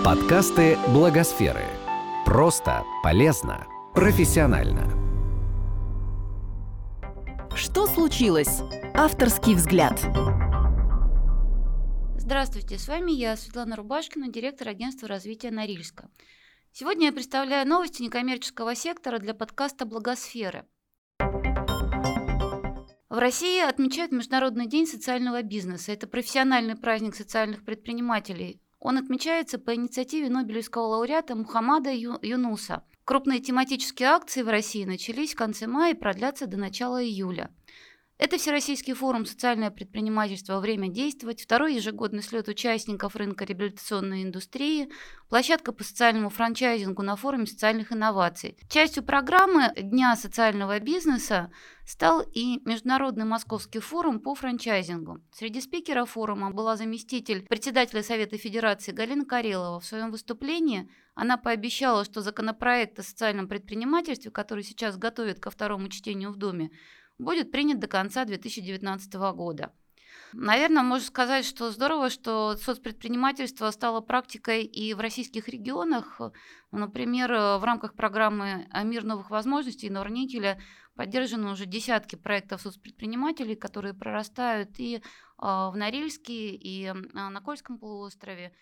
Подкасты Благосферы. Просто, полезно, профессионально. Что случилось? Авторский взгляд. Здравствуйте, с вами я, Светлана Рубашкина, директор агентства развития «Норильска». Сегодня я представляю новости некоммерческого сектора для подкаста «Благосферы». В России отмечают Международный день социального бизнеса. Это профессиональный праздник социальных предпринимателей. Он отмечается по инициативе Нобелевского лауреата Мухаммада Юнуса. Крупные тематические акции в России начались в конце мая и продлятся до начала июля. Это Всероссийский форум «Социальное предпринимательство. Время действовать», второй ежегодный слет участников рынка реабилитационной индустрии, площадка по социальному франчайзингу на форуме социальных инноваций. Частью программы Дня социального бизнеса стал и Международный Московский форум по франчайзингу. Среди спикеров форума была заместитель председателя Совета Федерации Галина Карелова. В своем выступлении она пообещала, что законопроект о социальном предпринимательстве, который сейчас готовят ко второму чтению в Думе, будет принят до конца 2019 года. Наверное, можно сказать, что здорово, что соцпредпринимательство стало практикой и в российских регионах. Например, в рамках программы «Мир новых возможностей» Норникеля поддержаны уже десятки проектов соцпредпринимателей, которые прорастают и в Норильске, и на Кольском полуострове.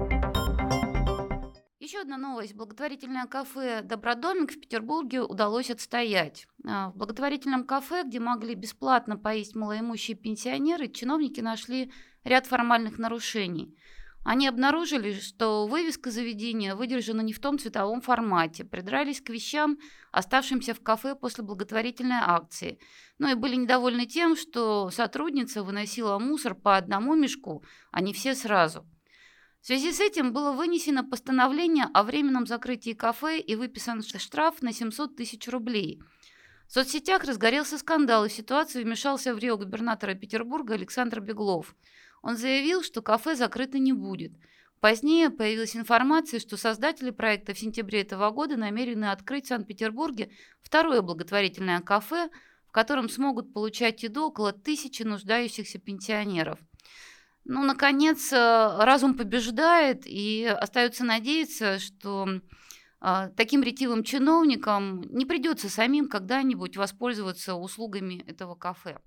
Еще одна новость. Благотворительное кафе «Добродомик» в Петербурге удалось отстоять. В благотворительном кафе, где могли бесплатно поесть малоимущие пенсионеры, чиновники нашли ряд формальных нарушений. Они обнаружили, что вывеска заведения выдержана не в том цветовом формате, придрались к вещам, оставшимся в кафе после благотворительной акции. Ну и были недовольны тем, что сотрудница выносила мусор по одному мешку, а не все сразу. В связи с этим было вынесено постановление о временном закрытии кафе и выписан штраф на 700 тысяч рублей. В соцсетях разгорелся скандал, и в ситуацию вмешался в рио губернатора Петербурга Александр Беглов. Он заявил, что кафе закрыто не будет. Позднее появилась информация, что создатели проекта в сентябре этого года намерены открыть в Санкт-Петербурге второе благотворительное кафе, в котором смогут получать еду около 1000 нуждающихся пенсионеров. Ну, наконец, разум побеждает, и остается надеяться, что таким ретивым чиновникам не придется самим когда-нибудь воспользоваться услугами этого кафе.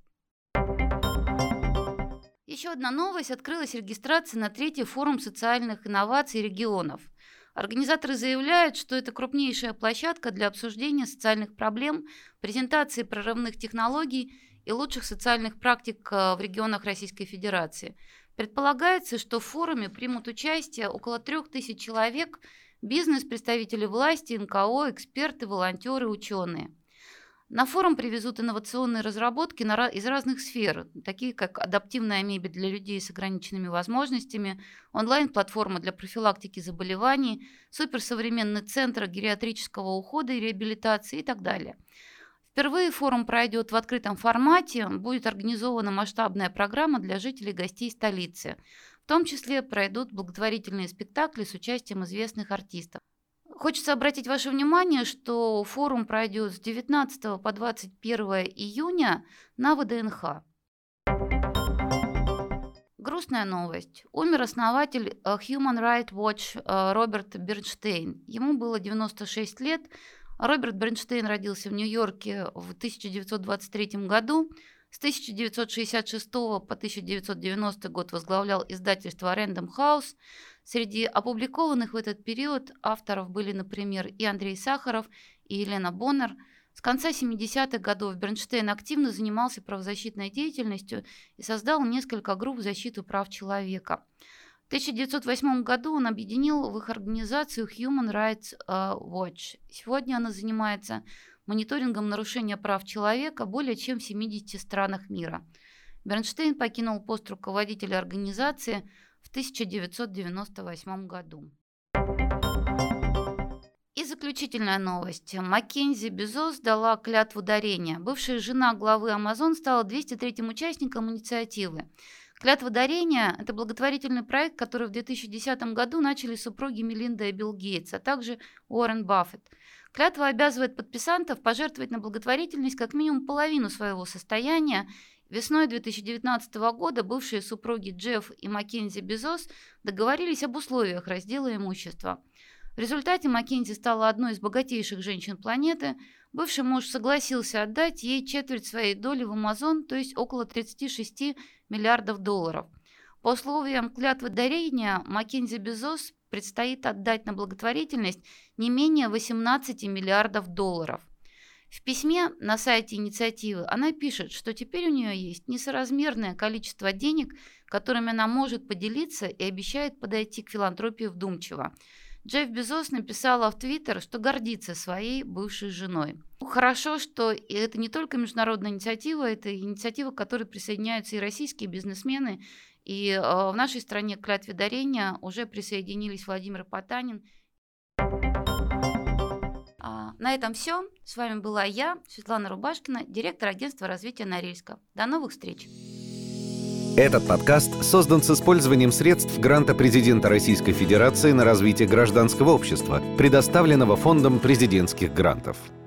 Еще одна новость. Открылась регистрация на третий форум социальных инноваций регионов. Организаторы заявляют, что это крупнейшая площадка для обсуждения социальных проблем, презентации прорывных технологий и лучших социальных практик в регионах Российской Федерации. Предполагается, что в форуме примут участие около 3000 человек, бизнес, представители власти, НКО, эксперты, волонтеры, ученые. На форум привезут инновационные разработки из разных сфер, такие как адаптивная мебель для людей с ограниченными возможностями, онлайн-платформа для профилактики заболеваний, суперсовременный центр гериатрического ухода и реабилитации и так далее. Впервые форум пройдет в открытом формате, будет организована масштабная программа для жителей и гостей столицы. В том числе пройдут благотворительные спектакли с участием известных артистов. Хочется обратить ваше внимание, что форум пройдет с 19 по 21 июня на ВДНХ. Грустная новость. Умер основатель Human Rights Watch Роберт Бернштейн. Ему было 96 лет. Роберт Бернштейн родился в Нью-Йорке в 1923 году. С 1966 по 1990 год возглавлял издательство Random House. Среди опубликованных в этот период авторов были, например, и Андрей Сахаров, и Елена Боннер. С конца 70-х годов Бернштейн активно занимался правозащитной деятельностью и создал несколько групп в защиту прав человека. В 1908 году он объединил в их организацию Human Rights Watch. Сегодня она занимается мониторингом нарушения прав человека более чем в 70 странах мира. Бернштейн покинул пост руководителя организации в 1998 году. И заключительная новость. Маккензи Безос дала клятву дарения. Бывшая жена главы Amazon стала 203-м участником инициативы. Клятва дарения – это благотворительный проект, который в 2010 году начали супруги Мелинда и Билл Гейтс, а также Уоррен Баффет. Клятва обязывает подписантов пожертвовать на благотворительность как минимум половину своего состояния Весной 2019 года бывшие супруги Джефф и Маккензи Безос договорились об условиях раздела имущества. В результате Маккензи стала одной из богатейших женщин планеты. Бывший муж согласился отдать ей четверть своей доли в Amazon, то есть около 36 миллиардов долларов. По условиям клятвы дарения Маккензи Безос предстоит отдать на благотворительность не менее 18 миллиардов долларов. В письме на сайте инициативы она пишет, что теперь у нее есть несоразмерное количество денег, которыми она может поделиться, и обещает подойти к филантропии вдумчиво. Джефф Безос написала в Твиттер, что гордится своей бывшей женой. Хорошо, что это не только международная инициатива, это инициатива, к которой присоединяются и российские бизнесмены. И в нашей стране к клятве дарения уже присоединились Владимир Потанин. На этом все. С вами была я, Светлана Рубашкина, директор агентства развития Норильска. До новых встреч! Этот подкаст создан с использованием средств гранта президента Российской Федерации на развитие гражданского общества, предоставленного Фондом президентских грантов.